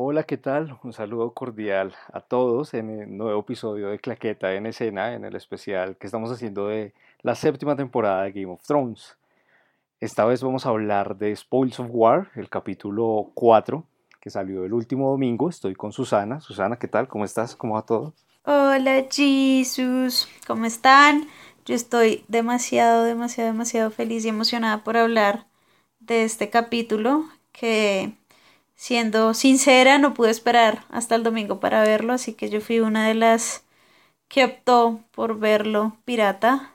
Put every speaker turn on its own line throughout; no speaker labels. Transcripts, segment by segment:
Hola, ¿qué tal? Un saludo cordial a todos en el nuevo episodio de Claqueta en Escena, en el especial que estamos haciendo de la séptima temporada de Game of Thrones. Esta vez vamos a hablar de Spoils of War, el capítulo 4, que salió el último domingo. Estoy con Susana. Susana, ¿qué tal? ¿Cómo estás? ¿Cómo va todo?
Hola Jesus, ¿cómo están? Yo estoy demasiado feliz y emocionada por hablar de este capítulo que, siendo sincera, no pude esperar hasta el domingo para verlo, así que yo fui una de las que optó por verlo pirata,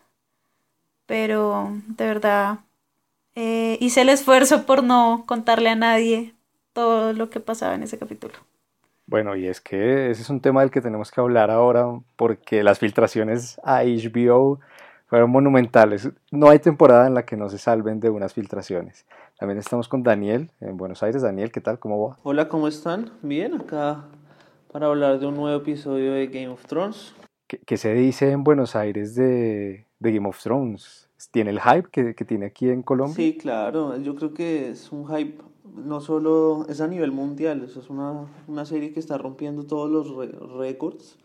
pero de verdad hice el esfuerzo por no contarle a nadie todo lo que pasaba en ese capítulo.
Bueno, y es que ese es un tema del que tenemos que hablar ahora porque las filtraciones a HBO fueron monumentales. No hay temporada en la que no se salven de unas filtraciones. También estamos con Daniel en Buenos Aires. Daniel, ¿qué tal? ¿Cómo va?
Hola, ¿cómo están? Bien, acá para hablar de un nuevo episodio de Game of Thrones.
¿Qué se dice en Buenos Aires de Game of Thrones? ¿Tiene el hype que tiene aquí en Colombia?
Sí, claro, yo creo que es un hype, no solo es a nivel mundial, eso es una serie que está rompiendo todos los récords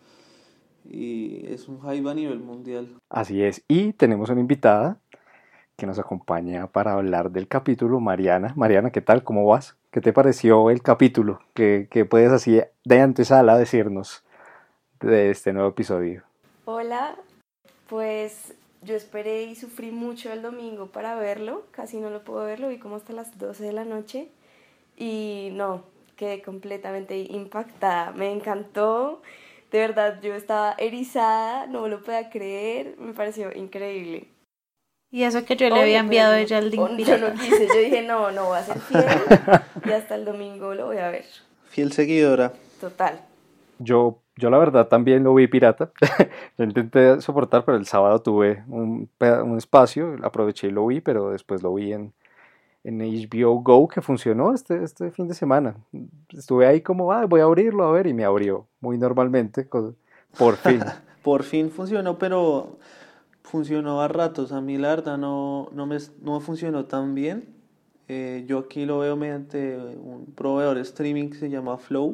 y es un hype a nivel mundial.
Así es. Y tenemos una invitada que nos acompaña para hablar del capítulo, Mariana. Mariana, ¿qué tal? ¿Cómo vas? ¿Qué te pareció el capítulo? ¿Qué puedes así de antesala decirnos de este nuevo episodio?
Hola, pues yo esperé y sufrí mucho el domingo para verlo, casi no lo puedo ver, lo vi como hasta las 12 de la noche y no, quedé completamente impactada, me encantó, de verdad yo estaba erizada, no lo podía creer, me pareció increíble.
Y eso que yo le había
Obvio, pero
enviado a ella el link
yo no
pirata.
quise, yo dije no, no voy a ser fiel y hasta el domingo lo voy a ver,
Fiel seguidora.
total.
Yo la verdad también lo vi pirata. Yo intenté soportar, pero el sábado tuve un espacio, aproveché y lo vi, pero después lo vi en HBO Go que funcionó este fin de semana. Estuve ahí como, voy a abrirlo a ver y me abrió muy normalmente, por fin.
Por fin funcionó, pero funcionó a ratos. A mí la verdad no me funcionó tan bien. Yo aquí lo veo mediante un proveedor de streaming que se llama Flow.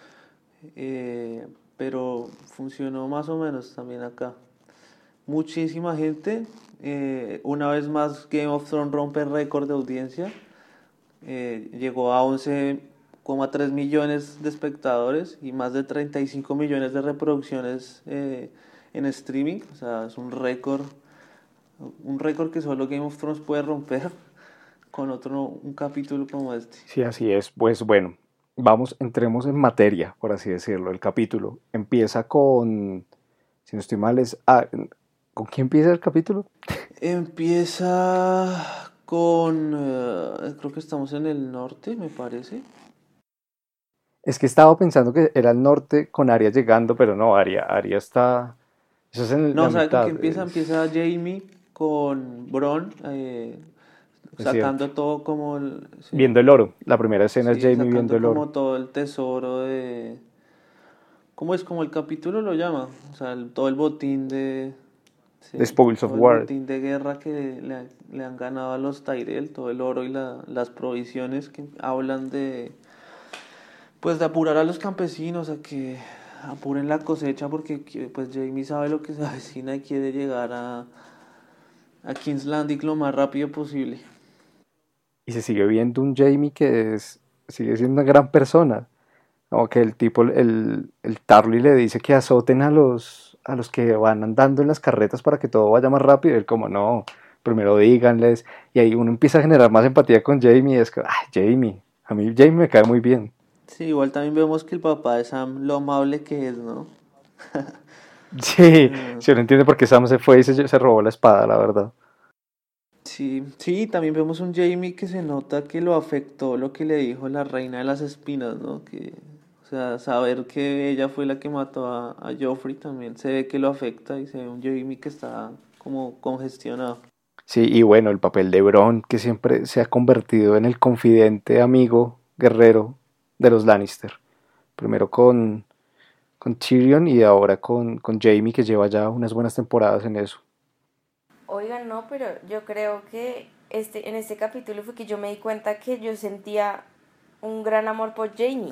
eh, pero funcionó más o menos también acá. Muchísima gente, una vez más Game of Thrones rompe récord de audiencia, llegó a 11,3 millones de espectadores y más de 35 millones de reproducciones en streaming, o sea, es un récord que solo Game of Thrones puede romper con un capítulo como este.
Sí, así es. Pues bueno, entremos en materia, por así decirlo. El capítulo empieza con, si no estoy mal, ¿con quién empieza el capítulo?
Empieza con, creo que estamos en el norte, me parece.
Es que estaba pensando que era el norte con Arya llegando, pero no, Arya está, eso es en la
No, ¿sabe con qué
mitad,
empieza? Empieza Jamie con Bron
es cierto.
sacando todo como sí,
Viendo el oro. La primera escena es
sí,
Jamie viendo
sacando
el oro.
como todo el tesoro de... ¿Cómo es como el capítulo lo llama? O sea, todo el botín de...
The
Sí,
Spoils of
todo el
War.
botín de guerra que le han ganado a los Tyrell, todo el oro y las provisiones que hablan de... Pues de apurar a los campesinos a que apuren la cosecha porque pues Jamie sabe lo que se avecina y quiere llegar a King's Landing lo más rápido posible.
Y se sigue viendo un Jamie sigue siendo una gran persona. Como que el tipo, el Tarly le dice que azoten a los que van andando en las carretas para que todo vaya más rápido. Y él como, no, primero díganles. Y ahí uno empieza a generar más empatía con Jamie. Y es que, ay, Jamie. A mí Jamie me cae muy bien.
Sí, igual también vemos que el papá de Sam, lo amable que es, ¿no?
Sí,
Ah,
sí, uno entiende por qué Sam se fue y se robó la espada, la verdad.
sí, sí, también vemos un Jamie que se nota que lo afectó lo que le dijo la reina de las espinas, ¿no? Que, o sea, saber que ella fue la que mató a Joffrey también se ve que lo afecta y se ve un Jamie que está como congestionado.
Sí, y bueno, el papel de Bron, que siempre se ha convertido en el confidente amigo guerrero de los Lannister. Primero con Tyrion y ahora con Jamie, que lleva ya unas buenas temporadas en eso.
Oigan, no, pero yo creo que en este capítulo fue que yo me di cuenta que yo sentía un gran amor por Jamie.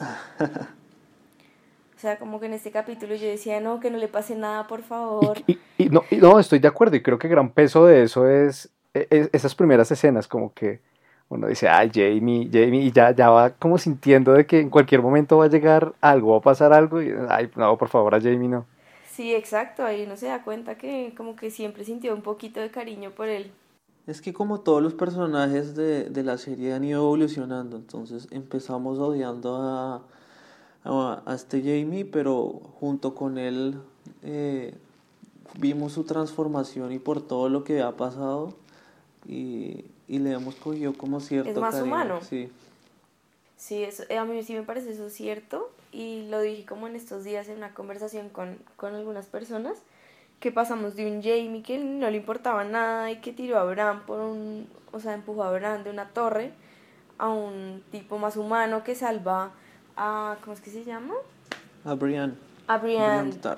O sea, como que en este capítulo yo decía, no, que no le pase nada, por favor.
No, estoy de acuerdo y creo que gran peso de eso es esas primeras escenas, como que uno dice, ay, Jamie, y ya va como sintiendo de que en cualquier momento va a llegar algo, va a pasar algo, y ay, no, por favor, a Jamie no.
Sí, exacto, ahí uno se da cuenta que como que siempre sintió un poquito de cariño por él.
Es que como todos los personajes de la serie han ido evolucionando, entonces empezamos odiando a este Jamie, pero junto con él eh, vimos su transformación y por todo lo que ha pasado y le hemos cogido como
Es
cierto
más
cariño.
humano.
Sí.
Sí, eso, a mí sí me parece eso cierto y lo dije como en estos días en una conversación con algunas personas, que pasamos de un Jamie que no le importaba nada y que tiró a Bran o sea, empujó a Bran de una torre, a un tipo más humano que salva a, ¿cómo es que se llama?
A Brian.
A
Brian
Brian
Starr.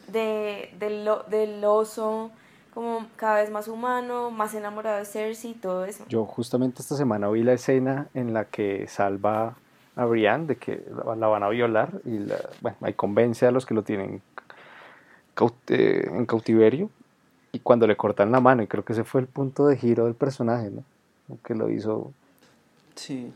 del oso, como cada vez más humano, más enamorado de Cersei y todo eso.
Yo justamente esta semana vi la escena en la que salva a Brienne de que la van a violar y bueno, ahí convence a los que lo tienen en cautiverio y cuando le cortan la mano, y creo que ese fue el punto de giro del personaje, ¿no? Que lo hizo.
Sí.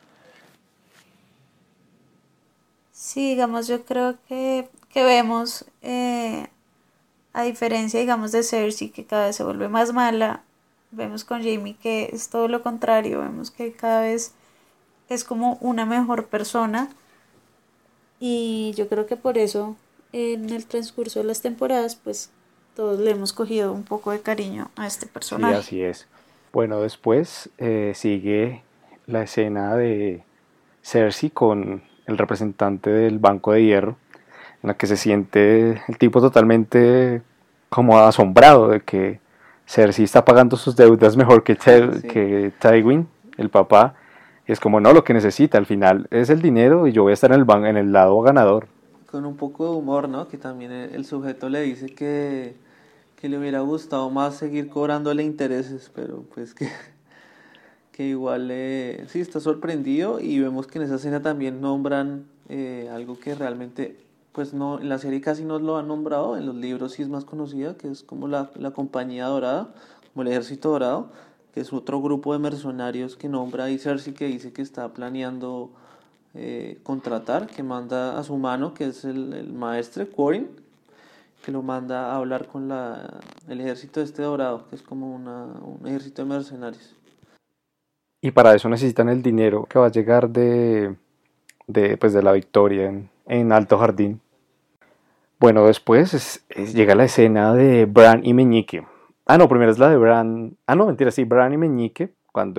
Sí, digamos, yo creo que vemos, a diferencia, digamos, de Cersei, que cada vez se vuelve más mala, vemos con Jamie que es todo lo contrario, vemos que cada vez es como una mejor persona y yo creo que por eso en el transcurso de las temporadas, pues todos le hemos cogido un poco de cariño a este
Sí,
personaje.
así es. Bueno, después sigue la escena de Cersei con el representante del Banco de Hierro, en la que se siente el tipo totalmente como asombrado de que Cersei está pagando sus deudas mejor que,
Sí.
que Tywin, el papá. Y es como, no, lo que necesita al final es el dinero y yo voy a estar en el lado ganador.
Con un poco de humor, ¿no? Que también el sujeto le dice que le hubiera gustado más seguir cobrándole intereses, pero pues que igual sí está sorprendido y vemos que en esa escena también nombran algo que realmente pues no, en la serie casi no lo han nombrado, en los libros sí es más conocida, que es como la Compañía Dorada, como el Ejército Dorado, que es otro grupo de mercenarios que nombra y Cersei, que dice que está planeando contratar, que manda a su mano, que es el maestre Quarren, que lo manda a hablar con el ejército este dorado, que es como un ejército de mercenarios.
Y para eso necesitan el dinero que va a llegar pues de la victoria en Alto Jardín. Bueno, después llega la escena de Bran y Meñique. Ah, no, primero es la de Bran. Ah, no, mentira, sí, Bran y Meñique,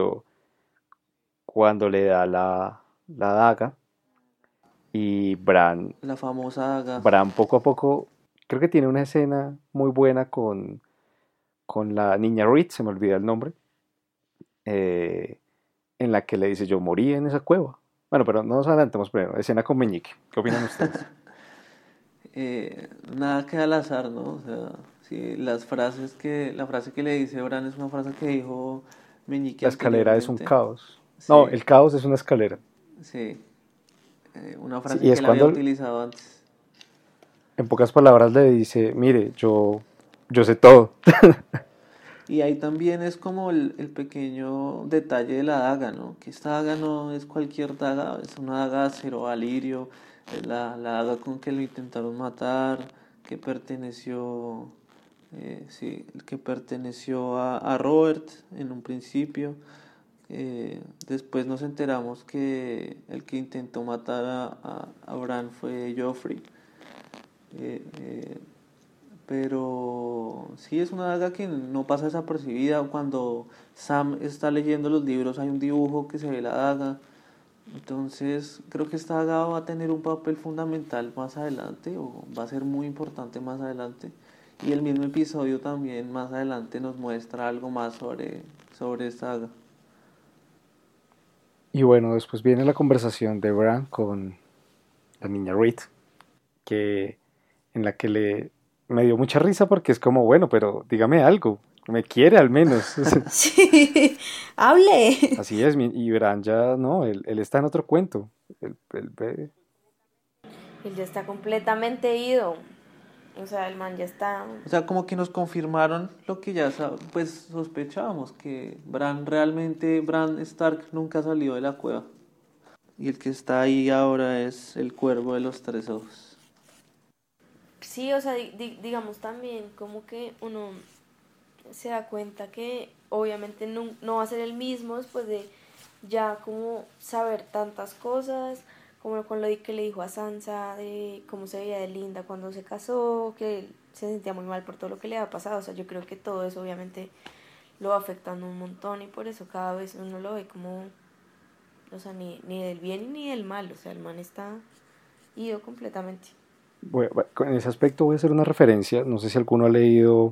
cuando le da la daga. Y
La famosa daga.
Bran poco a poco, creo que tiene una escena muy buena con la niña Reed, se me olvida el nombre, eh, en la que le dice, yo morí en esa cueva. Bueno, pero no nos adelantemos primero, escena con Meñique. ¿Qué opinan ustedes?
Nada queda al azar, ¿no? O sea, sí, la frase que le dice Bran es una frase que dijo Meñique
La escalera es un
anteriormente.
caos.
Sí,
No, el caos es una escalera.
sí. Una
Sí,
frase
y
que
es
él había
cuando,
utilizado antes.
en pocas palabras, le dice, mire, yo sé todo.
Y ahí también es como el pequeño detalle de la daga, ¿no? Que esta daga no es cualquier daga, es una daga de acero valirio, es la daga con que lo intentaron matar, que perteneció, sí, que perteneció a Robert en un principio. Después nos enteramos que el que intentó matar a Bran fue Joffrey. Eh, eh, pero sí es una daga que no pasa desapercibida. Cuando Sam está leyendo los libros hay un dibujo que se ve la daga. Entonces creo que esta daga va a tener un papel fundamental más adelante o va a ser muy importante más adelante. Y el mismo episodio también más adelante nos muestra algo más sobre esta daga.
Y bueno, después viene la conversación de Bran con la niña Reed, en la que me dio mucha risa porque es como, bueno, pero dígame algo, Me quiere al menos.
Sí, hable.
Así es, y Bran ya no, él está en otro cuento. Él ve-
Él ya está completamente ido. O sea, el man ya está.
O sea, como que nos confirmaron lo que ya pues sospechábamos, que Bran Stark nunca salió de la cueva. Y el que está ahí ahora es el cuervo de los tres ojos.
Sí, o sea, digamos también como que uno se da cuenta que obviamente no va a ser el mismo después de ya como saber tantas cosas, como con lo que le dijo a Sansa, de cómo se veía de linda cuando se casó, que él se sentía muy mal por todo lo que le había pasado. O sea, yo creo que todo eso obviamente lo va afectando un montón y por eso cada vez uno lo ve como, o sea, ni del bien ni del mal. O sea, el man está ido completamente.
en ese aspecto voy a hacer una referencia. No sé si alguno ha leído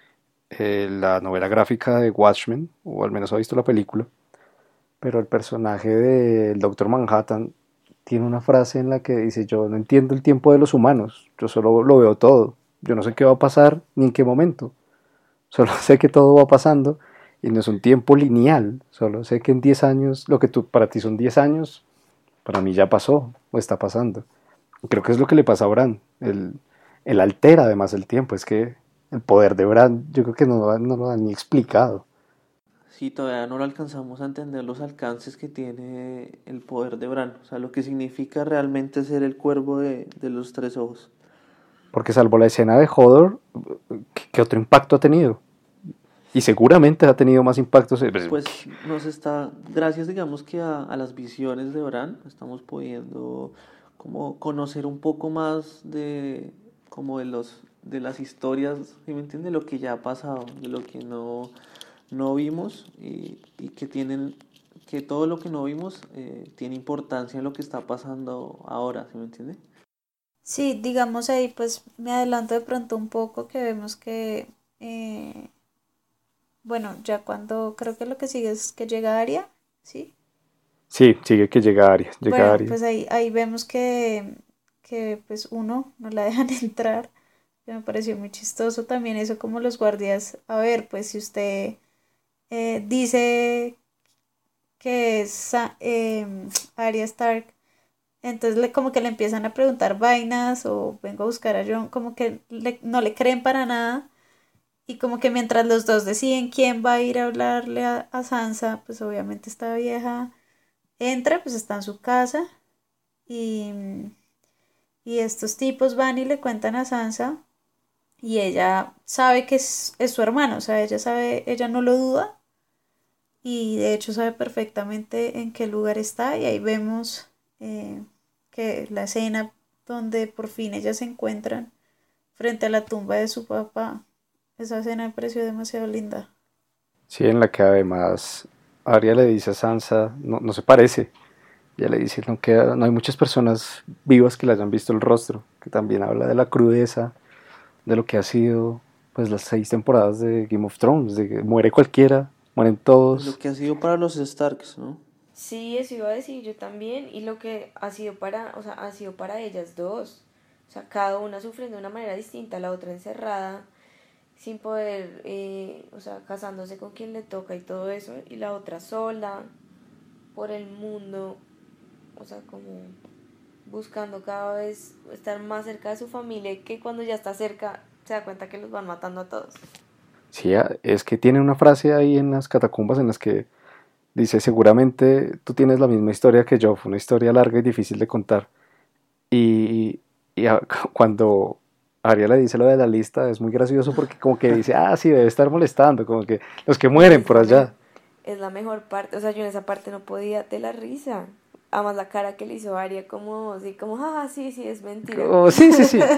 la novela gráfica de Watchmen, o al menos ha visto la película, pero el personaje del Doctor Manhattan tiene una frase en la que dice: yo no entiendo el tiempo de los humanos, yo solo lo veo todo, yo no sé qué va a pasar ni en qué momento, solo sé que todo va pasando y no es un tiempo lineal, solo sé que en 10 años, lo que para ti son 10 años, para mí ya pasó o está pasando. Creo que es lo que le pasa a Bran. Él altera además el tiempo. Es que el poder de Bran, yo creo que no lo han ni explicado.
Sí, todavía no lo alcanzamos a entender los alcances que tiene el poder de Bran. O sea, lo que significa realmente ser el cuervo de los tres ojos.
Porque salvo la escena de Hodor, ¿qué otro impacto ha tenido? Y seguramente ha tenido más impactos.
Pues gracias digamos que a las visiones de Bran, estamos pudiendo como conocer un poco más de como de las historias, ¿sí me entiende? Lo que ya ha pasado, de lo que no vimos y que todo lo que no vimos tiene importancia en lo que está pasando ahora, ¿sí me entiende?
Sí, digamos ahí, pues me adelanto de pronto un poco que vemos que, eh, bueno, ya cuando creo que lo que sigue es que llega Aria, ¿sí?
Sí, sigue que llega Arya. Llega
Bueno,
Arya.
pues ahí vemos que pues uno no la dejan entrar, que me pareció muy chistoso también eso como los guardias, a ver, pues si usted dice que es Arya Stark, entonces como que le empiezan a preguntar vainas o vengo a buscar a Jon, como que no le creen para nada. Y como que mientras los dos deciden quién va a ir a hablarle a Sansa, pues obviamente esta vieja entra, pues está en su casa y, y estos tipos van y le cuentan a Sansa y ella sabe que es su hermano, o sea, ella sabe, ella no lo duda y de hecho sabe perfectamente en qué lugar está y ahí vemos que la escena donde por fin ellas se encuentran frente a la tumba de su papá, esa escena me pareció demasiado linda.
Sí, en la que además Arya le dice a Sansa, no se parece. Ya le dice, no hay muchas personas vivas que le hayan visto el rostro, que también habla de la crudeza, de lo que ha sido pues las 6 temporadas de Game of Thrones, de que muere cualquiera, mueren
Pues lo
todos.
que ha sido para los Starks, ¿no?
Sí, eso iba a decir yo también, y lo que ha sido para, o sea, ha sido para ellas dos, o sea, cada una sufriendo de una manera distinta, la otra encerrada, sin poder, o sea, casándose con quien le toca y todo eso, y la otra sola, por el mundo, o sea, como buscando cada vez estar más cerca de su familia, y que cuando ya está cerca se da cuenta que los van matando a todos.
Sí, es que tiene una frase ahí en las catacumbas en las que dice, seguramente tú tienes la misma historia que yo, fue una historia larga y difícil de contar. Y, cuando Arya le dice lo de la lista es muy gracioso porque como que dice, ah, sí, debe estar molestando, como que los que mueren
Es
por allá.
es la mejor parte, o sea, yo en esa parte no podía de la risa. Además la cara que le hizo Aria como así, como, ah, sí, sí, es mentira.
Como, sí, sí, sí.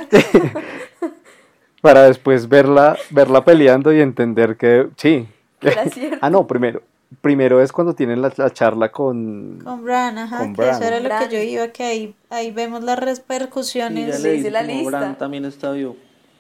Para después verla peleando y entender que sí.
Que era
Ah,
cierto.
no, primero es cuando tienen la charla con,
Con Bran, ajá,
con
que eso era
Bran.
Con
lo que yo
Bran.
iba, que ahí vemos las
Y ella
Y
repercusiones.
le
le hice
dice
la
como Bran
lista.
también está vivo.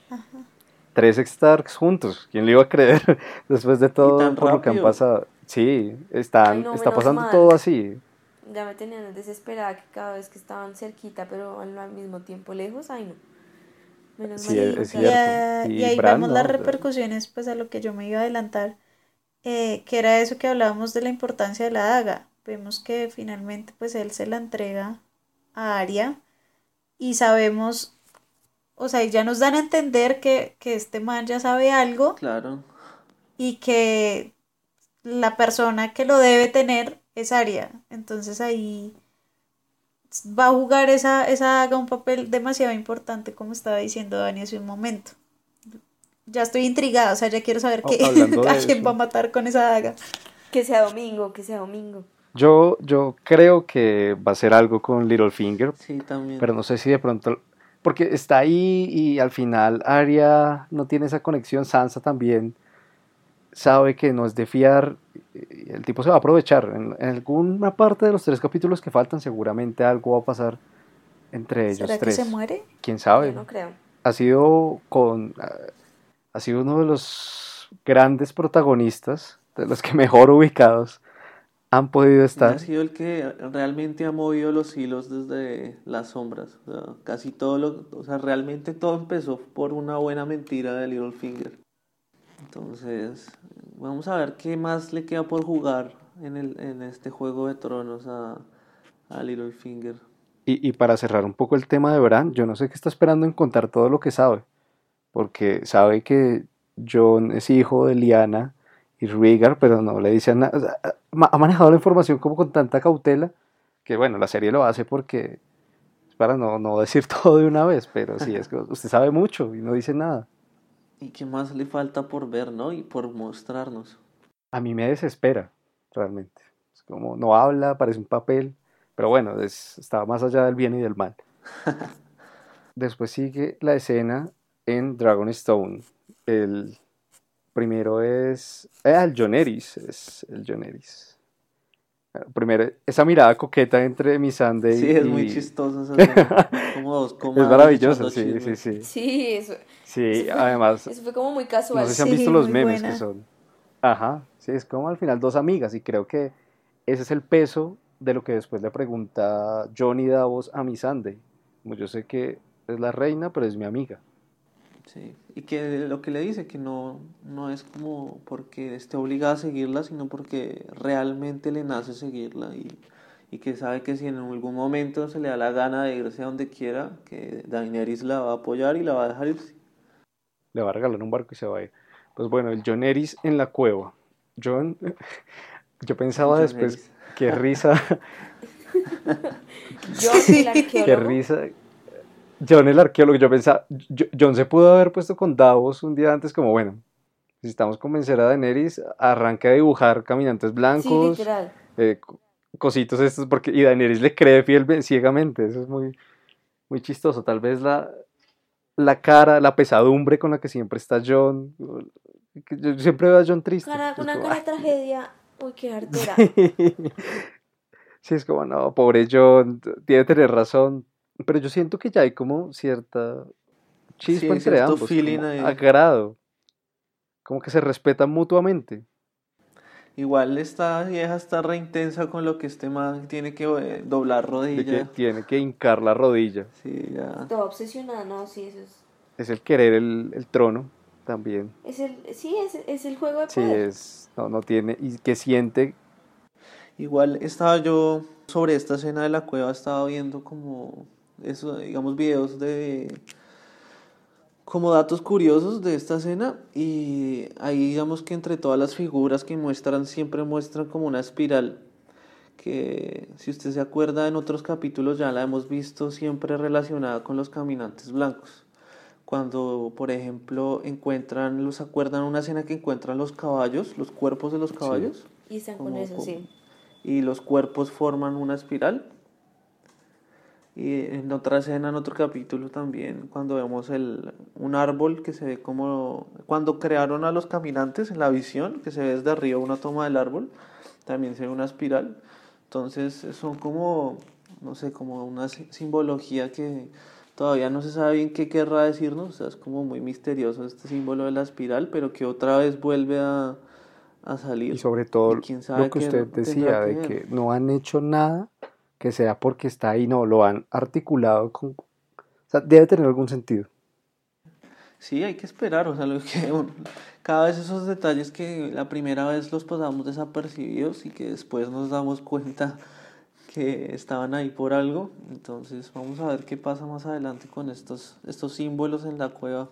3 Starks juntos, ¿quién le iba a creer? Después de
Y
todo
tan
por lo que han
rápido.
pasado. Sí,
Ay, no,
está
menos
pasando todo
mal.
así.
Ya me tenían desesperada que cada vez que estaban cerquita, pero al mismo tiempo lejos, ay no. Menos
Sí,
mal que
es
no
cierto.
Y
Y
ahí
Bran,
vemos las
¿no?
repercusiones, pues a lo que yo me iba a adelantar, que era eso que hablábamos de la importancia de la daga. Vemos que finalmente pues él se la entrega a Arya y sabemos, o sea, ya nos dan a entender que este man ya sabe algo
Claro.
y que la persona que lo debe tener es Arya. Entonces ahí va a jugar esa daga un papel demasiado importante, como estaba diciendo Dani hace un momento. Ya estoy intrigada, o sea, ya quiero saber
Hablando
a
de
quién va a
eso,
matar con esa daga.
Que sea domingo, que sea domingo.
yo creo que va a ser algo con Littlefinger,
Sí, también.
pero no sé si de pronto, porque está ahí y al final Arya no tiene esa conexión, Sansa también sabe que no es de fiar, y el tipo se va a aprovechar. En alguna parte de los 3 capítulos que faltan seguramente algo va a pasar entre ellos
¿Será que se
tres.
muere?
¿Quién
Yo
sabe?
no creo.
Ha sido ha sido uno de los grandes protagonistas, de los que mejor ubicados han podido
Él ha
estar.
sido el que realmente ha movido los hilos desde las sombras. O sea, casi todo o sea, realmente todo empezó por una buena mentira de Littlefinger. Entonces, vamos a ver qué más le queda por jugar en este Juego de Tronos a Littlefinger.
Y para cerrar un poco el tema de Bran, yo no sé qué está esperando en contar todo lo que sabe, porque sabe que Jon es hijo de Lyanna y Rhaegar, pero no le dice nada. O sea, ha manejado la información como con tanta cautela, que bueno, la serie lo hace porque es para no decir todo de una vez, pero sí, es que usted sabe mucho y no dice nada.
¿Y qué más le falta por ver, no? Y por mostrarnos.
A mí me desespera, realmente. Es como no habla, parece un papel, pero bueno, está más allá del bien y del mal. Después sigue la escena en Dragonstone. El primero es. El Joneris. Es el Joneris. Primero, esa mirada coqueta entre Missandei
Sí, es muy
y.
chistosa esa escena. Como dos
Es
comadres
maravillosa,
echando
sí, sí,
chisme.
sí.
Sí,
Sí,
fue,
además,
eso fue como muy
no
casual.
sé si han visto
Sí,
los
muy
memes que
buena.
son. Ajá, sí, es como al final dos amigas y creo que ese es el peso de lo que después le pregunta Johnny Davos a Missandei. Como yo sé que es la reina, pero es mi amiga.
Sí. Y que lo que le dice, que no es como porque esté obligada a seguirla, sino porque realmente le nace seguirla. Y que sabe que si en algún momento se le da la gana de irse a donde quiera, que Daenerys la va a apoyar y la va a dejar irse.
Le va a regalar un barco y se va a ir. Pues bueno, el Jon Eris en la cueva. John, yo
El
pensaba después,
Daenerys.
qué risa,
John, el
qué
arqueólogo.
risa. John el arqueólogo, yo pensaba, John se pudo haber puesto con Davos un día antes como, bueno, necesitamos convencer a Daenerys, arranca a dibujar caminantes
Sí,
blancos,
literal.
eh, cositos estos, porque, y Daenerys le cree ciegamente, eso es muy, muy chistoso, tal vez la cara, la pesadumbre con la que siempre está John, que yo siempre veo a John triste, es
Una
como,
cara de tragedia. Uy, qué artera.
sí, sí, es como, no, pobre John, tiene que tener razón, pero yo siento que ya hay como cierta
Sí,
chispa
hay
entre
cierto
ambos,
feeling
como
ahí.
agrado, como que se respetan mutuamente,
Igual esta vieja está re intensa con lo que este man tiene que doblar
de que
rodilla.
tiene que hincar la rodilla,
Sí, ya.
Toda obsesionada, no, sí, eso es.
es el querer el trono también,
Sí, es el juego de
sí,
poder.
no tiene, y que siente,
Igual estaba yo sobre esta escena de la cueva, estaba viendo como eso, digamos, videos de como datos curiosos de esta escena y ahí digamos que entre todas las figuras que muestran siempre muestran como una espiral que si usted se acuerda en otros capítulos ya la hemos visto siempre relacionada con los caminantes blancos. Cuando, por ejemplo, ¿los acuerdan una escena que encuentran los caballos, los cuerpos de los
sí,
caballos?
Y están con
Como,
eso, sí.
y los cuerpos forman una espiral. Y en otra escena, en otro capítulo también, cuando vemos un árbol que se ve como... Cuando crearon a los caminantes en la visión, que se ve desde arriba una toma del árbol, también se ve una espiral. Entonces son como, no sé, como una simbología que todavía no se sabe bien qué querrá decirnos. O sea, es como muy misterioso este símbolo de la espiral, pero que otra vez vuelve a
y
salir.
sobre
Y
todo
quién
lo
sabe
que
qué
usted
tendrá
decía
que
de
ver.
que no han hecho nada que sea porque está ahí, no, lo han articulado con, o sea, debe tener algún sentido.
Sí, hay que esperar, o sea, cada vez esos detalles que la primera vez los pasamos desapercibidos y que después nos damos cuenta que estaban ahí por algo. Entonces vamos a ver qué pasa más adelante con estos símbolos en la cueva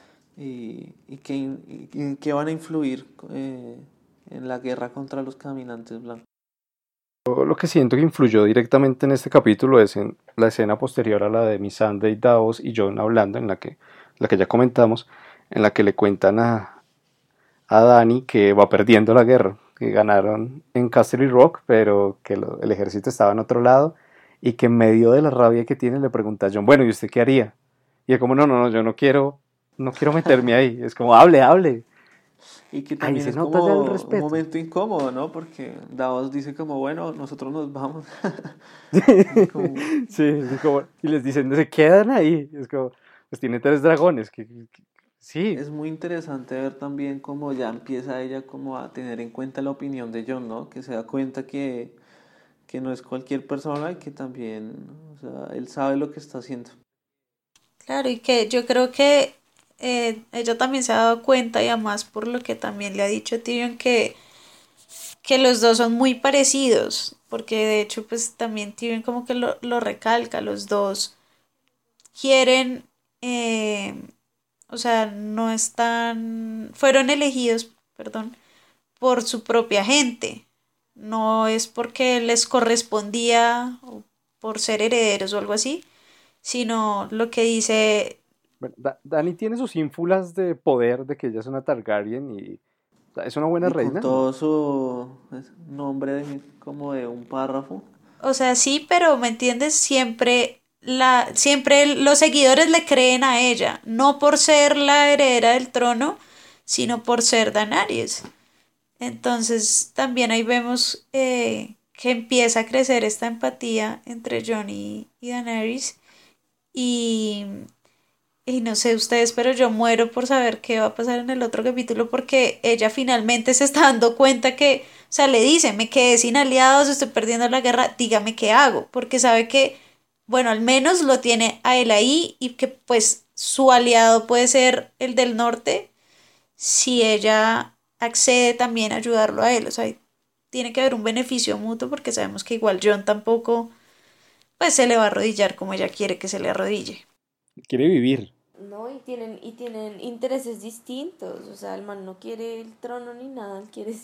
y qué van a influir en la guerra contra los caminantes blancos.
Yo lo que siento que influyó directamente en este capítulo es en la escena posterior a la de Missandei, Davos y Jon hablando, la que ya comentamos, en la que le cuentan a Dany que va perdiendo la guerra, que ganaron en Castle Rock, pero que el ejército estaba en otro lado, y que en medio de la rabia que tiene le pregunta a Jon, bueno, ¿y usted qué haría? Y es como, no, yo no quiero meterme ahí, es como, hable.
Y que
Ahí
también
se
es
nota ya el
como un
respeto.
momento incómodo, ¿no? Porque Davos dice como, bueno, nosotros nos vamos. Como,
Sí, y les dicen, no se quedan ahí, es como, pues tiene 3 dragones, sí,
es muy interesante ver también cómo ya empieza ella como a tener en cuenta la opinión de Jon, ¿no? Que se da cuenta que no es cualquier persona y que también, o sea, él sabe lo que está haciendo.
Claro, y que yo creo que ella también se ha dado cuenta, y además por lo que también le ha dicho Tyrion, que los dos son muy parecidos, porque de hecho pues también Tyrion como que lo recalca, los dos quieren, o sea, no están, fueron elegidos, perdón, por su propia gente, no es porque les correspondía o por ser herederos o algo así, sino lo que dice.
bueno, Dani tiene sus ínfulas de poder, de que ella es una Targaryen y o sea, es una buena
Y con
reina, ¿no?
todo su nombre como de un párrafo.
O sea, sí, pero ¿me entiendes? Siempre los seguidores le creen a ella, no por ser la heredera del trono, sino por ser Daenerys. Entonces, también ahí vemos que empieza a crecer esta empatía entre Jon y Daenerys. Y, y no sé ustedes, pero yo muero por saber qué va a pasar en el otro capítulo porque ella finalmente se está dando cuenta que, o sea, le dice, me quedé sin aliados, estoy perdiendo la guerra, dígame qué hago, porque sabe que, bueno, al menos lo tiene a él ahí y que pues su aliado puede ser el del norte si ella accede también a ayudarlo a él, o sea, tiene que haber un beneficio mutuo porque sabemos que igual John tampoco pues se le va a arrodillar como ella quiere que se le arrodille.
Quiere vivir.
No, y tienen intereses distintos. O sea, el man no quiere el trono ni nada, él quiere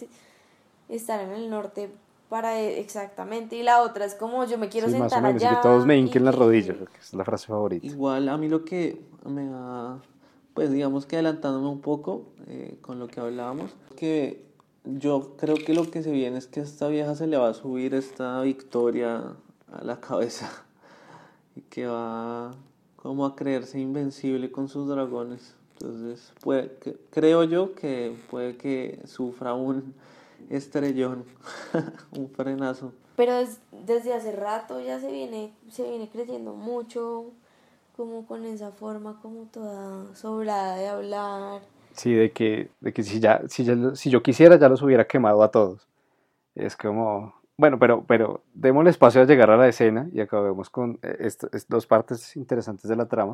estar en el norte para exactamente. Y la otra es como yo me quiero
Sí, más o
sentar
menos, y que todos me
allá
hinquen las rodillas, que es la frase favorita.
Igual a mí lo que me ha, pues digamos que adelantándome un poco con lo que hablábamos, que yo creo que lo que se viene es que a esta vieja se le va a subir esta victoria a la cabeza y que va como a creerse invencible con sus dragones. Entonces, creo yo que puede que sufra un estrellón, un frenazo.
Pero desde hace rato ya se viene creciendo mucho, como con esa forma como toda sobrada de hablar.
Sí, de que si yo quisiera ya los hubiera quemado a todos. Es como, bueno, pero démosle espacio a llegar a la escena y acabemos con dos partes interesantes de la trama,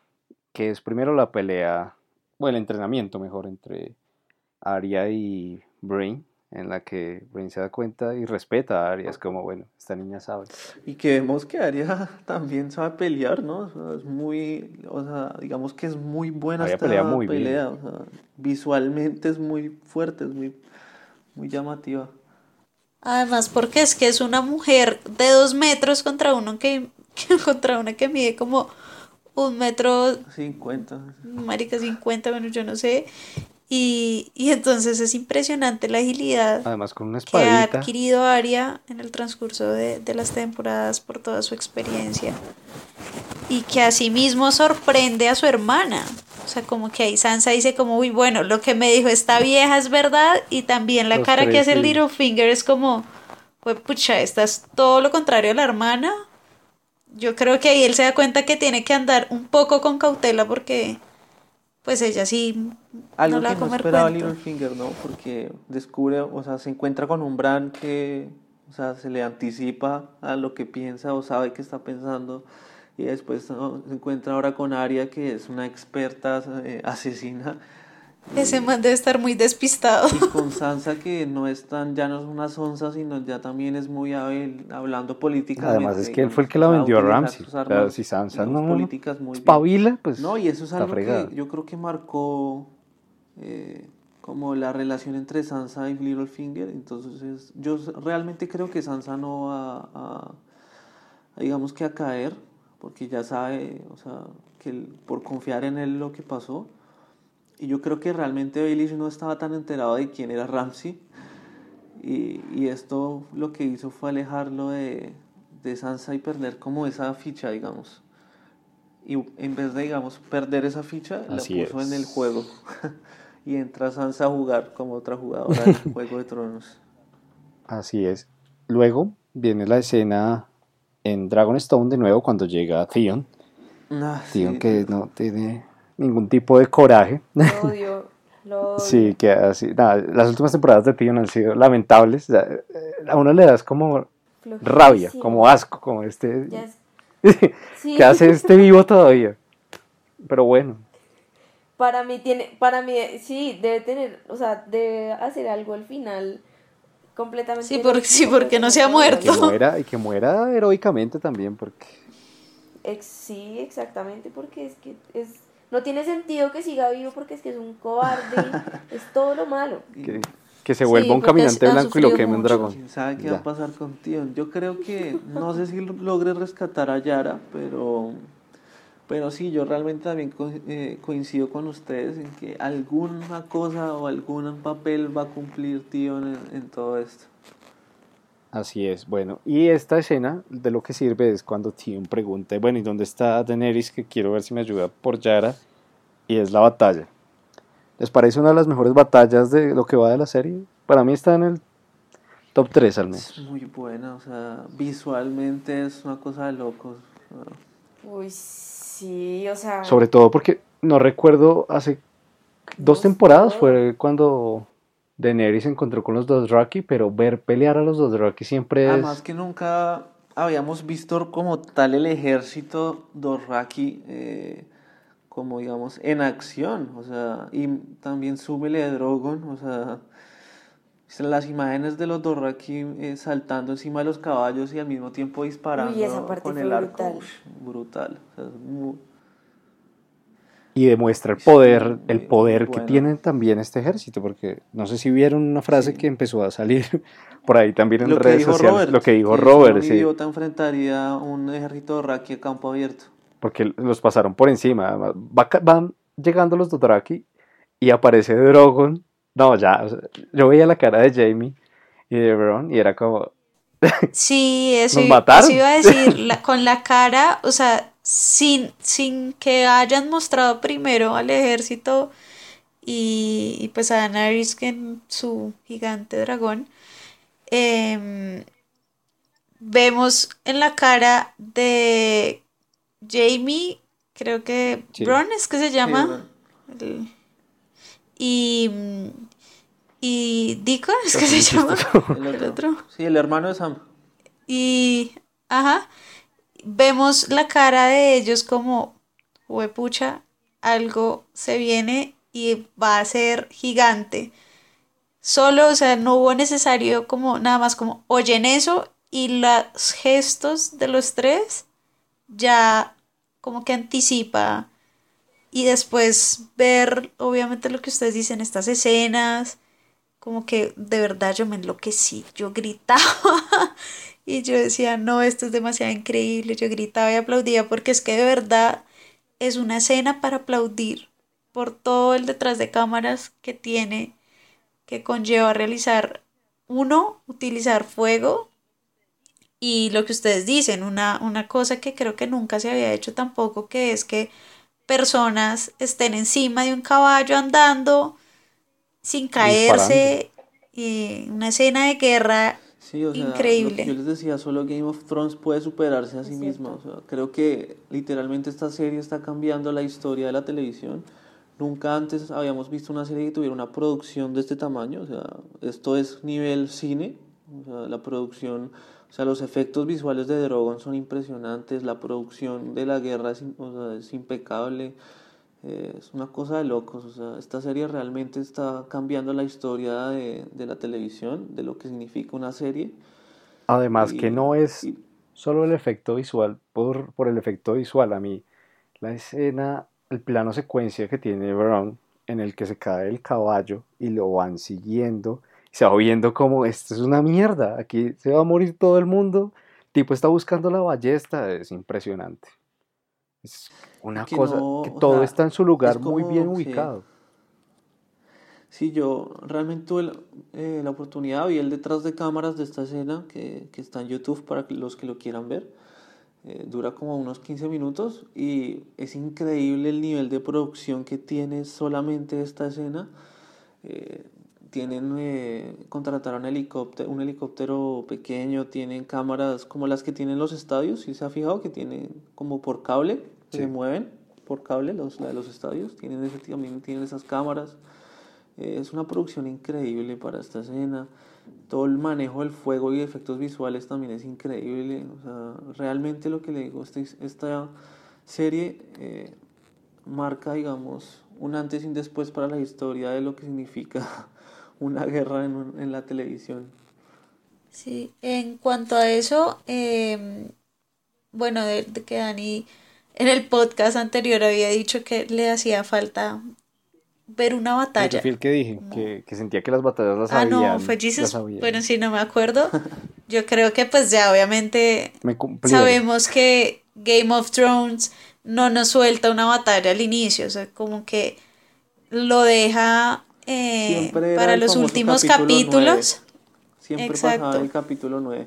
que es primero la pelea, o el entrenamiento mejor, entre Arya y Brain, en la que Brain se da cuenta y respeta a Arya, es como, bueno, esta niña sabe.
Y que vemos que Arya también sabe pelear, ¿no? O sea, es muy, o sea, digamos que es muy buena
Arya pelea
esta
muy bien.
pelea, o sea, visualmente es muy fuerte, es muy llamativa.
Además, porque es que es una mujer de 2 metros contra uno contra una que mide como 1 metro,
50.
marica 50, bueno, yo no sé. Y entonces es impresionante la agilidad
Además con una
que ha
espadita.
adquirido Arya en el transcurso de las temporadas por toda su experiencia. Y que asimismo sorprende a su hermana. O sea, como que ahí Sansa dice como, uy, bueno, lo que me dijo esta vieja es verdad. Y también la
Los
cara que
tres,
hace el
sí.
Littlefinger es como, pues pucha, esta es todo lo contrario a la hermana. Yo creo que ahí él se da cuenta que tiene que andar un poco con cautela porque pues ella sí no
Algo
la va
que
a
no
comer
esperaba
cuento.
Littlefinger, ¿no? Porque descubre, o sea, se encuentra con un Bran que, o sea, se le anticipa a lo que piensa o sabe que está pensando. y después ¿no? se encuentra ahora con Arya, que es una experta asesina.
Ese man debe estar muy despistado.
Y con Sansa, que no es tan, ya no es una sonsa, sino ya también es muy hábil hablando políticamente.
Además es que él fue el
digamos,
que la
sabe
vendió a
utilizar
Ramsay.
sus
O sea,
armas,
si Sansa
digamos,
no
políticas muy bien.
espabila, pues
No, y eso es
está
algo
fregada.
que yo creo que marcó como la relación entre Sansa y Littlefinger. Entonces yo realmente creo que Sansa no va digamos que a caer, porque ya sabe, o sea, que por confiar en él lo que pasó. Y yo creo que realmente Baelish no estaba tan enterado de quién era Ramsay. Y esto lo que hizo fue alejarlo de Sansa y perder como esa ficha, digamos. Y en vez de, digamos, perder esa ficha, la
Así
puso en el
es.
juego. Y entra Sansa a jugar como otra jugadora del Juego de Tronos.
Así es. Luego viene la escena en Dragonstone de nuevo cuando llega Theon. Theon
Sí,
que
Dios.
no tiene ningún tipo de coraje.
Lo odio, lo
Sí,
odio.
que así. Nada, las últimas temporadas de Theon han sido lamentables. O sea, a uno le das como rabia, como
Flojísimo.
asco, como este.
Ya es...
¿Qué hace
Sí.
este vivo todavía? Pero bueno,
Para mí, sí, debe tener, o sea, debe hacer algo al final completamente
Sí,
heroico para
porque no se ha
tener que
y
muerto.
que muera heroicamente también, porque
Sí, exactamente, porque es que no tiene sentido que siga vivo porque es que es un cobarde, es todo lo malo.
que,
Y
que se vuelva
Sí,
un
porque
caminante
ha
blanco y lo
sufrido
queme un
mucho.
dragón.
quién sabe qué va a
Ya.
pasar con Tion. Yo creo que, no sé si logre rescatar a Yara, pero sí, yo realmente también coincido con ustedes en que alguna cosa o algún papel va a cumplir Tion en todo esto.
Así es, bueno, y esta escena de lo que sirve es cuando Theon pregunta, bueno, ¿y dónde está Daenerys? Que quiero ver si me ayuda por Yara, y es la batalla. ¿Les parece una de las mejores batallas de lo que va de la serie? Para mí está en el top 3 al
Es
menos.
muy buena, o sea, visualmente es una cosa de locos.
Uy, sí, o sea,
Sobre todo porque no recuerdo, hace
no
2
es
temporadas
todo.
fue cuando Daenerys se encontró con los Dothraki, pero ver pelear a los Dothraki siempre
Además
es...
que nunca habíamos visto como tal el ejército Dothraki como digamos en acción, o sea, y también súbele de Drogon, o sea, las imágenes de los Dothraki saltando encima de los caballos y al mismo tiempo
Uy, esa
disparando
parte
con
fue
el arco,
brutal.
brutal, o sea,
Y demuestra
estuvo
el
muy
poder que
buena.
tiene también este ejército, porque no sé si vieron una frase
Sí.
que empezó a salir por ahí también en
Lo que
redes
dijo
sociales, lo
Robert,
que dijo
que solo
Robert,
un
sí,
idiota enfrentaría un ejército Dothraki a campo abierto.
porque los pasaron por encima. Además, van llegando los Dothraki y aparece Drogon. No, ya, o sea, yo veía la cara de Jaime y de Bron y era como,
Sí,
nos
eso
mataron.
iba a decir, con la cara, o sea, sin que hayan mostrado primero al ejército y pues a Daenerys en su gigante dragón, em, vemos en la cara de Jamie, creo que
Sí,
Bron es que se
Sí,
llama,
Bran.
el- y, y Deacon es
eso
que
es muy
se llama,
chistoso.
El
el
otro.
otro,
Sí, el hermano de Sam.
y, ajá, vemos la cara de ellos como, huepucha, algo se viene y va a ser gigante. Solo, o sea, no hubo necesario como nada más como oyen eso y los gestos de los tres ya como que anticipa y después ver obviamente lo que ustedes dicen, estas escenas, como que de verdad yo me enloquecí, yo gritaba y yo decía, no, esto es demasiado increíble, yo gritaba y aplaudía porque es que de verdad es una escena para aplaudir por todo el detrás de cámaras que tiene, que conlleva realizar uno, utilizar fuego y lo que ustedes dicen, una cosa que creo que nunca se había hecho tampoco, que es que personas estén encima de un caballo andando sin
Disparando.
caerse, y una escena de guerra
Sí, o sea, lo que yo
increíble.
les decía, solo Game of Thrones puede superarse a sí
Es
misma.
cierto.
O sea, creo que literalmente esta serie está cambiando la historia de la televisión. Nunca antes habíamos visto una serie que tuviera una producción de este tamaño. O sea, esto es nivel cine. O sea, la producción O sea, los efectos visuales de Drogon son impresionantes, la producción de la guerra o sea, es impecable, es una cosa de locos. O sea, esta serie realmente está cambiando la historia de la televisión, de lo que significa una serie.
Además que
Y,
no es
y
solo el efecto visual, por el efecto visual, a mí la escena, el plano secuencia que tiene Bron en el que se cae el caballo y lo van siguiendo, y se va viendo como esto es una mierda, aquí se va a morir todo el mundo, el tipo está buscando la ballesta, es impresionante. Es
y
una
que
cosa
no,
que
o
todo
sea,
está en su
es
lugar muy bien
como, sí.
ubicado.
Sí, yo realmente tuve la oportunidad, vi el detrás de cámaras de esta escena que está en YouTube para los que lo quieran ver. Dura como unos 15 minutos y es increíble el nivel de producción que tiene solamente esta escena. Eh, contrataron un helicóptero pequeño, tienen cámaras como las que tienen los estadios, ¿sí se ha fijado? Que tienen como por cable, que se
Sí.
mueven por cable, la de los estadios, también tienen esas cámaras. Es una producción increíble para esta escena. Todo el manejo del fuego y efectos visuales también es increíble. O sea, realmente lo que le digo, esta serie marca, digamos, un antes y un después para la historia de lo que significa una guerra en la televisión.
Sí, en cuanto a eso, bueno, de que Dani en el podcast anterior había dicho que le hacía falta ver una
No, yo fui
batalla.
el que dije
Como,
que sentía que las batallas
ah, no, fue
las
Jesus. Bueno,
habían,
si no me acuerdo. Yo creo que pues ya obviamente
me cumplieron.
sabemos que Game of Thrones no nos suelta una batalla al inicio, o sea, como que lo deja
Siempre era
para
el
los
famoso
últimos
capítulo 9.
capítulos.
Siempre pasaba en
Exacto.
el capítulo 9.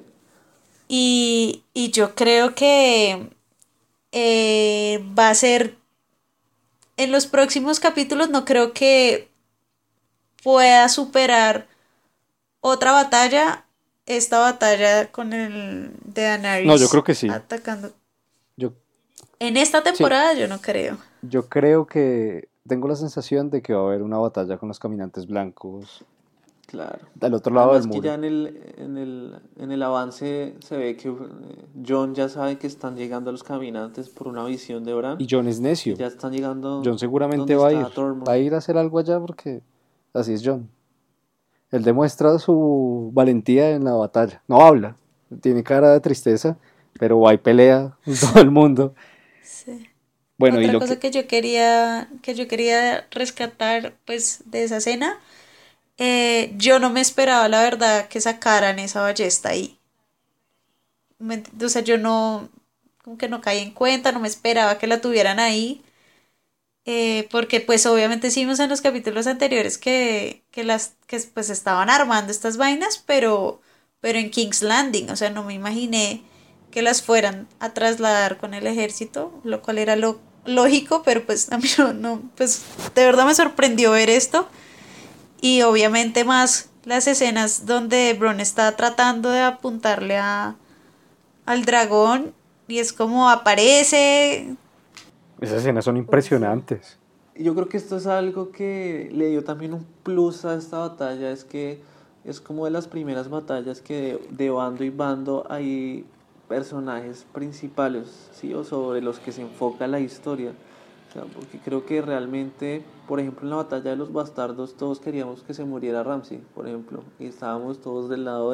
Y yo creo que va a ser en los próximos capítulos, no creo que pueda superar otra batalla, esta batalla con el de
No, yo creo
Daenerys
que sí.
atacando.
Yo,
En esta
sí,
temporada yo no creo.
yo creo que tengo la sensación de que va a haber una batalla con los caminantes blancos
Claro.
del otro lado del
Además que ya
muro.
en el avance se ve que John ya sabe que están llegando los caminantes por una visión de Bran
Y John es
y
necio.
ya están llegando
John seguramente
donde
va a
está
ir. Va a
Tormund.
ir a hacer algo allá porque así es John. Él demuestra su valentía en la batalla. No habla, tiene cara de tristeza, pero va y pelea con todo el mundo.
Sí.
Bueno, y
Otra
lo
cosa
que...
que yo quería rescatar pues de esa escena, yo no me esperaba la verdad que sacaran esa ballesta ahí. O sea, yo no, como que no caí en cuenta, no me esperaba que la tuvieran ahí. Porque pues obviamente sí vimos en los capítulos anteriores que las que pues estaban armando estas vainas, pero en King's Landing, o sea, no me imaginé que las fueran a trasladar con el ejército, lo cual era lo lógico, pero pues a mí no, pues de verdad me sorprendió ver esto y obviamente más las escenas donde Bron está tratando de apuntarle al dragón y es como aparece.
Esas escenas son
Uy, sí.
impresionantes.
Y yo creo que esto es algo que le dio también un plus a esta batalla, es que es como de las primeras batallas que de bando y bando hay personajes principales, ¿sí? O sobre los que se enfoca la historia. O sea, porque creo que realmente, por ejemplo, en la batalla de los bastardos todos queríamos que se muriera Ramsay, por ejemplo, y estábamos todos del lado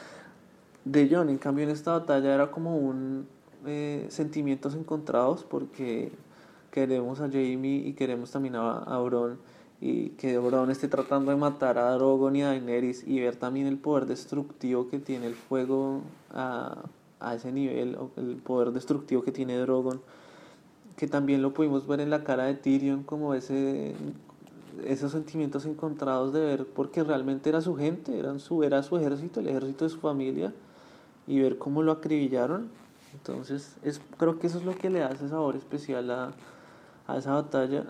de Jon. En cambio, en esta batalla era como un sentimientos encontrados porque queremos a Jaime y queremos también a Bron, y que Bron esté tratando de matar a Drogon y a Daenerys y ver también el poder destructivo que tiene el fuego a ese nivel, o el poder destructivo que tiene Drogon, que también lo pudimos ver en la cara de Tyrion, como esos sentimientos encontrados de ver, porque realmente era su gente, era su ejército, el ejército de su familia, y ver cómo lo acribillaron. Entonces creo que eso es lo que le hace sabor especial a esa batalla,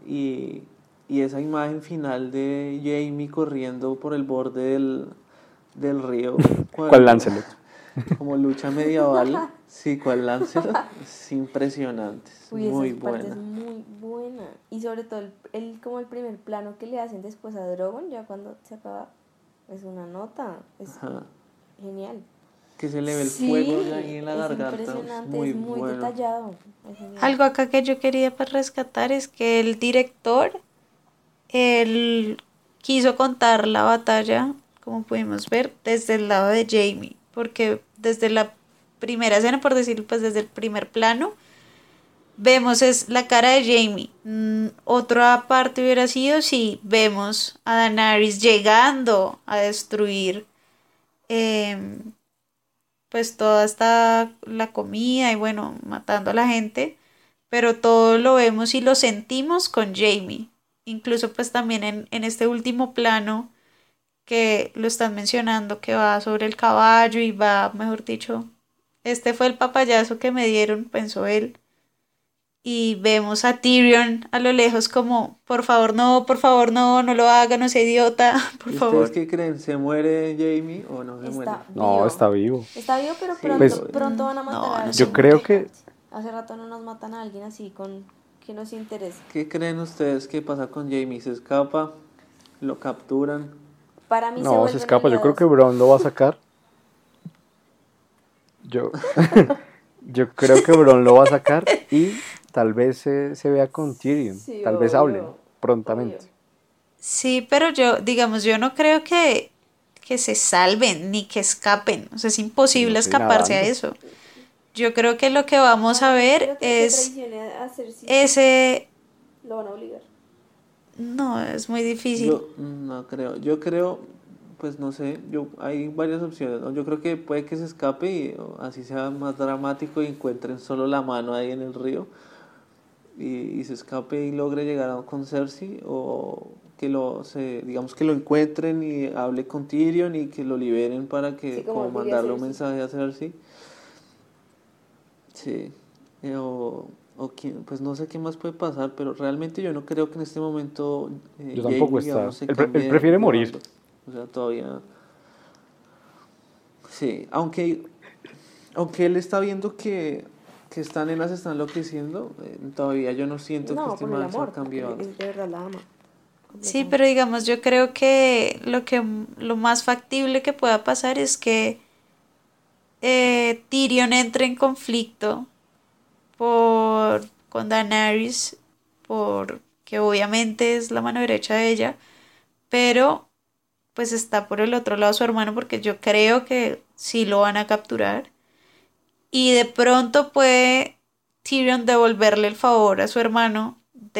y esa imagen final de Jaime corriendo por el borde del río,
¿Cuál Lancelot?
como lucha medieval, sí, cual Lancelot, es impresionante, es
Uy, esa
muy
parte es
buena.
muy buena. Y sobre todo como el primer plano que le hacen después a Drogon, ya cuando se acaba, es una nota. Es
Ajá.
genial.
que se le ve el
Sí,
fuego de ahí en la
es
garganta.
impresionante, es muy
bueno.
detallado. Es genial.
Algo acá que yo quería pues, rescatar es que el director, él quiso contar la batalla, como pudimos ver, desde el lado de Jamie, porque desde la primera escena, por decirlo, pues desde el primer plano, vemos es la cara de Jamie. Otra parte hubiera sido si vemos a Daenerys llegando a destruir em, pues toda esta la comida y bueno, matando a la gente, pero todo lo vemos y lo sentimos con Jamie. Incluso pues también en este último plano que lo están mencionando, que va sobre el caballo y va, mejor dicho, este fue el papayazo que me dieron, pensó él. Y vemos a Tyrion a lo lejos como, por favor no, no lo haga, no sea idiota, por
¿Y ustedes
favor.
qué creen? ¿Se muere Jamie o no se muere?
Está
No,
vivo.
está vivo.
Está vivo, pero
Sí,
pronto,
Pues
pronto van a matar a
No, no se
yo
alguien
creo
muere.
que,
importante. Hace rato no nos matan a alguien así con que nos interese.
¿qué creen ustedes que pasa con Jamie? ¿Se escapa? ¿Lo capturan?
Para mí se
no, se
vuelven
escapa. Yo creo
aliados.
que Bron lo va a sacar. Yo, yo creo que Bron lo va a sacar y tal vez se vea con Tyrion.
Sí,
Tal vez hablen
obvio. Obvio.
prontamente.
Sí, pero yo, digamos, yo no creo que se salven ni que escapen. O sea, es
No
imposible
sé,
escaparse a
nadando.
eso. Yo creo que lo que vamos a
No, yo
ver
creo que
es
traicione a Cersei.
ese...
Lo van a obligar.
No, es muy difícil.
Yo no creo. Yo creo, pues no sé, hay varias opciones, ¿no? Yo creo que puede que se escape y así sea más dramático y encuentren solo la mano ahí en el río y se escape y logre llegar con Cersei o que digamos que lo encuentren y hable con Tyrion y que lo liberen para
Sí,
que
como
como
diría
mandarle un
Cersei.
mensaje a Cersei. Sí. Eh, o, pues no sé qué más puede pasar, pero realmente yo no creo que en este momento
Yo tampoco
Jamie, digamos,
está.
se
Él
cambie
prefiere
de
morir.
bando. O sea, todavía. Sí, aunque él está viendo que estas nenas están enloqueciendo, todavía yo no siento que
No,
este
por el
man se
amor,
cambie de
porque
bando.
de verdad la ama.
Sí,
Completamente.
pero digamos, yo creo que lo más factible que pueda pasar es que Tyrion entre en conflicto con Daenerys, porque obviamente es la mano derecha de ella, pero pues está por el otro lado su hermano porque yo creo que sí lo van a capturar y de pronto puede Tyrion devolverle el favor a su hermano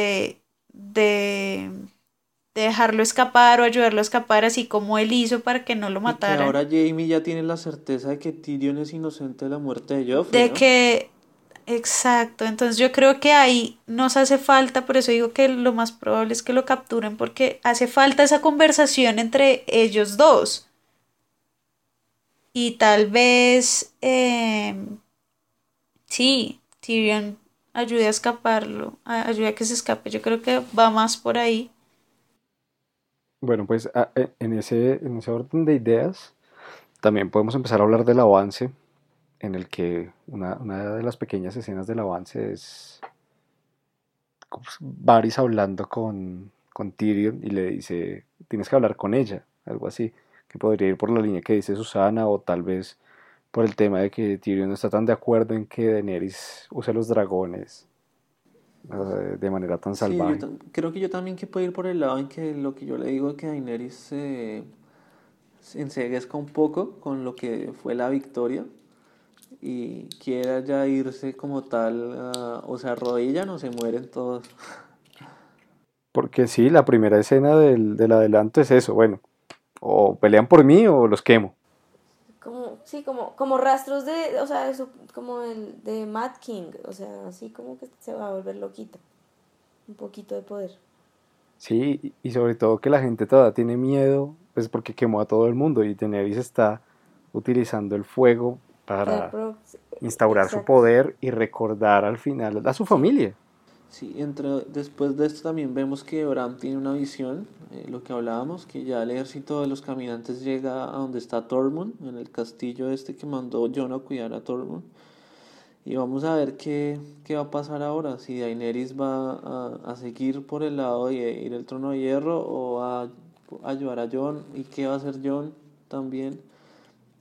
de dejarlo escapar o ayudarlo a escapar así como él hizo para que no lo
Y que
mataran.
ahora Jamie ya tiene la certeza de que Tyrion es inocente de la muerte de Joffrey,
De
¿no?
que, exacto, entonces yo creo que ahí nos hace falta, por eso digo que lo más probable es que lo capturen, porque hace falta esa conversación entre ellos dos. Y tal vez, sí, Tyrion ayude a escaparlo, ayude a que se escape. Yo creo que va más por ahí.
Bueno, pues en ese orden de ideas, también podemos empezar a hablar del avance, en el que una de las pequeñas escenas del avance es Varys hablando con Tyrion y le dice, tienes que hablar con ella, algo así, que podría ir por la línea que dice Susana o tal vez por el tema de que Tyrion no está tan de acuerdo en que Daenerys use los dragones de manera tan
Sí,
salvaje.
creo que yo también que puedo ir por el lado en que lo que yo le digo es que Daenerys se enceguezca un poco con lo que fue la victoria y quiera ya irse como tal, o se arrodillan o se mueren todos.
Porque sí, la primera escena del adelanto es eso, bueno, o pelean por mí o los quemo.
Como, sí, como rastros de, o sea, eso, como el de Mad King, o sea, así como que se va a volver loquito. Un poquito de poder.
Sí, y sobre todo que la gente todavía tiene miedo, pues porque quemó a todo el mundo y Daenerys está utilizando el fuego para instaurar su
Exacto.
poder y recordar al final a su
Sí.
familia.
Sí, después de esto también vemos que Bran tiene una visión, lo que hablábamos, que ya el ejército de los caminantes llega a donde está Tormund, en el castillo este que mandó Jon a cuidar a Tormund. Y vamos a ver qué va a pasar ahora, si Daenerys va a seguir por el lado de ir al trono de hierro o a ayudar a Jon y qué va a hacer Jon también.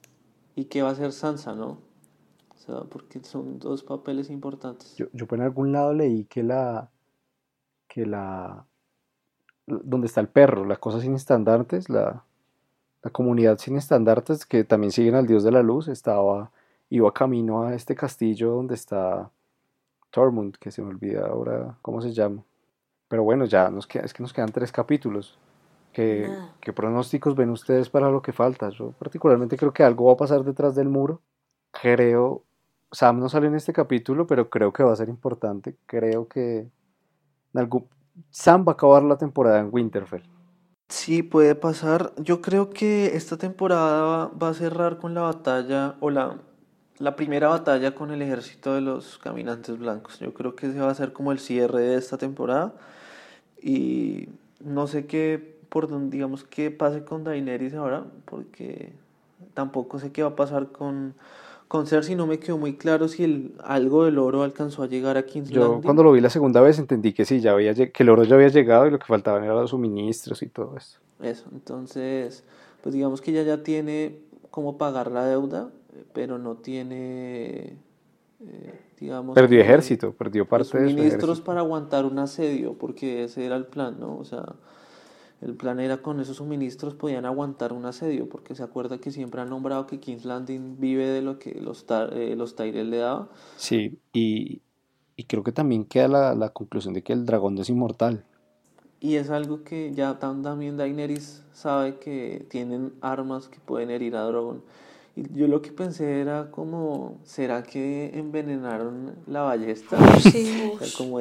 y qué va a hacer Sansa, ¿no? O sea, porque son dos papeles importantes.
Yo por algún lado leí que donde está el perro, la cosa sin estandartes, la comunidad sin estandartes, que también siguen al dios de la luz, iba camino a este castillo donde está Tormund, que se me olvida ahora cómo se llama. Pero bueno, es que nos quedan 3 capítulos. ¿Qué pronósticos ven ustedes para lo que falta? Yo particularmente creo que algo va a pasar detrás del muro. Creo, Sam no sale en este capítulo, pero creo que va a ser importante. Creo que Sam va a acabar la temporada en Winterfell.
Sí, puede pasar. Yo creo que esta temporada va a cerrar con la batalla o la primera batalla con el ejército de los caminantes blancos. Yo creo que ese va a ser como el cierre de esta temporada. Y no sé digamos, qué pase con Daenerys ahora, porque tampoco sé qué va a pasar con Cersei. No me quedó muy claro si algo del oro alcanzó a llegar a King's
Yo
Landing.
cuando lo vi la segunda vez entendí que sí, que el oro ya había llegado y lo que faltaban eran los suministros y todo eso.
Eso, entonces, pues digamos que ella ya tiene cómo pagar la deuda, pero no tiene, digamos
Perdió
que
ejército, perdió
los
parte de su
suministros
ejército.
para aguantar un asedio, porque ese era el plan, ¿no? O sea, el plan era con esos suministros podían aguantar un asedio, porque se acuerda que siempre han nombrado que King's Landing vive de lo que los Tyrell le daban.
Sí, y creo que también queda la conclusión de que el dragón no es inmortal.
Y es algo que ya también Daenerys sabe que tienen armas que pueden herir a Drogon. Y yo lo que pensé era como, ¿será que envenenaron la ballesta?
Sí.
O sea, como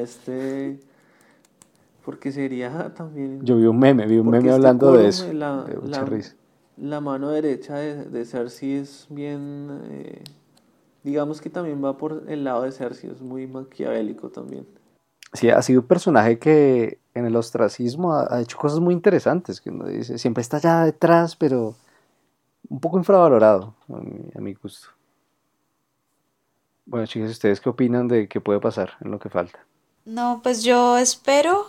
porque sería también...
Yo vi un meme
Porque
hablando de
Qhorum,
eso, de mucha risa.
la mano derecha de Cersei es bien... digamos que también va por el lado de Cersei, es muy maquiavélico también.
Sí, ha sido un personaje que en el ostracismo ha hecho cosas muy interesantes, que uno dice, siempre está allá detrás, pero un poco infravalorado, a mi gusto. Bueno, chicos, ¿ustedes qué opinan de qué puede pasar en lo que falta?
No, pues yo espero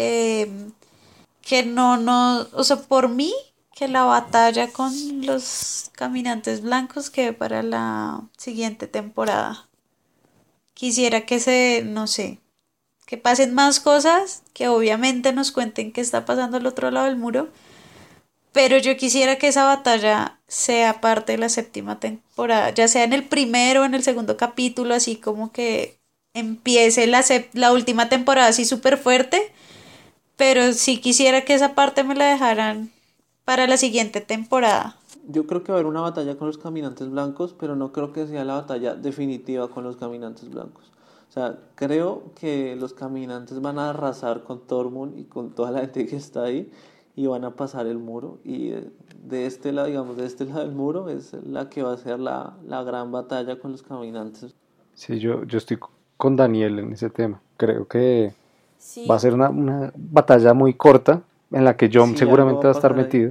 que no, o sea, por mí, que la batalla con los caminantes blancos quede para la siguiente temporada. Quisiera no sé, que pasen más cosas, que obviamente nos cuenten qué está pasando al otro lado del muro, pero yo quisiera que esa batalla sea parte de la séptima temporada, ya sea en el primero o en el segundo capítulo, así como que empiece la última temporada así súper fuerte, pero sí quisiera que esa parte me la dejaran para la siguiente temporada.
Yo creo que va a haber una batalla con los caminantes blancos, pero no creo que sea la batalla definitiva con los caminantes blancos. O sea, creo que los caminantes van a arrasar con Tormund y con toda la gente que está ahí y van a pasar el muro. Y de este lado, digamos, de este lado del muro es la que va a ser la gran batalla con los caminantes.
Sí, yo estoy con Daniel en ese tema. Creo que
Sí,
va a ser una batalla muy corta en la que Jon
Sí, algo
seguramente va a estar
pasar ahí.
metido.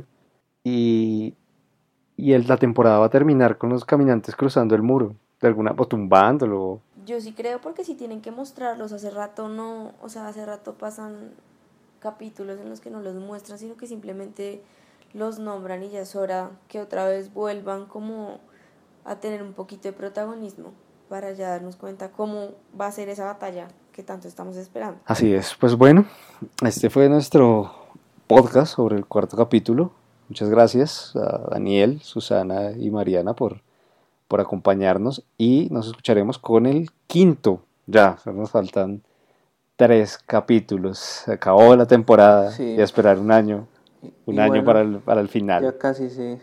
Y la temporada va a terminar con los caminantes cruzando el muro, o tumbándolo.
yo sí creo porque si tienen que mostrarlos, hace rato no, o sea, hace rato pasan capítulos en los que no los muestran, sino que simplemente los nombran y ya es hora que otra vez vuelvan como a tener un poquito de protagonismo para ya darnos cuenta cómo va a ser esa batalla que tanto estamos esperando.
Así es, pues bueno, este fue nuestro podcast sobre el 4º capítulo. Muchas gracias a Daniel, Susana y Mariana por acompañarnos y nos escucharemos con el 5º. Ya, solo nos faltan 3 capítulos. Se acabó la temporada
Sí.
y a esperar un año
Bueno,
para el final.
Ya casi sí.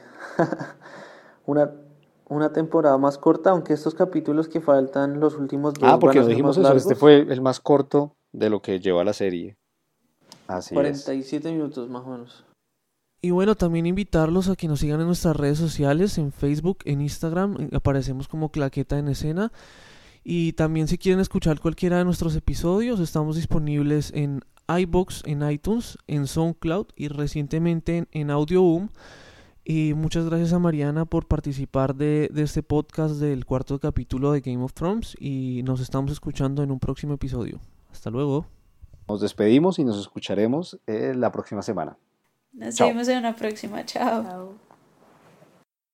Una temporada más corta, aunque estos capítulos que faltan, los últimos dos
Porque
van a
no
ser
dijimos
más
eso,
largos.
este fue el más corto de lo que lleva la serie. Así
47 minutos más o menos.
Y bueno, también invitarlos a que nos sigan en nuestras redes sociales, en Facebook, en Instagram, aparecemos como Claqueta en Escena. Y también si quieren escuchar cualquiera de nuestros episodios, estamos disponibles en iVoox, en iTunes, en SoundCloud y recientemente en Audioboom. Y muchas gracias a Mariana por participar de este podcast del 4º capítulo de Game of Thrones y nos estamos escuchando en un próximo episodio. Hasta luego.
Nos despedimos y nos escucharemos la próxima semana.
Nos
Chao.
vemos en una próxima. Chao.
Chao.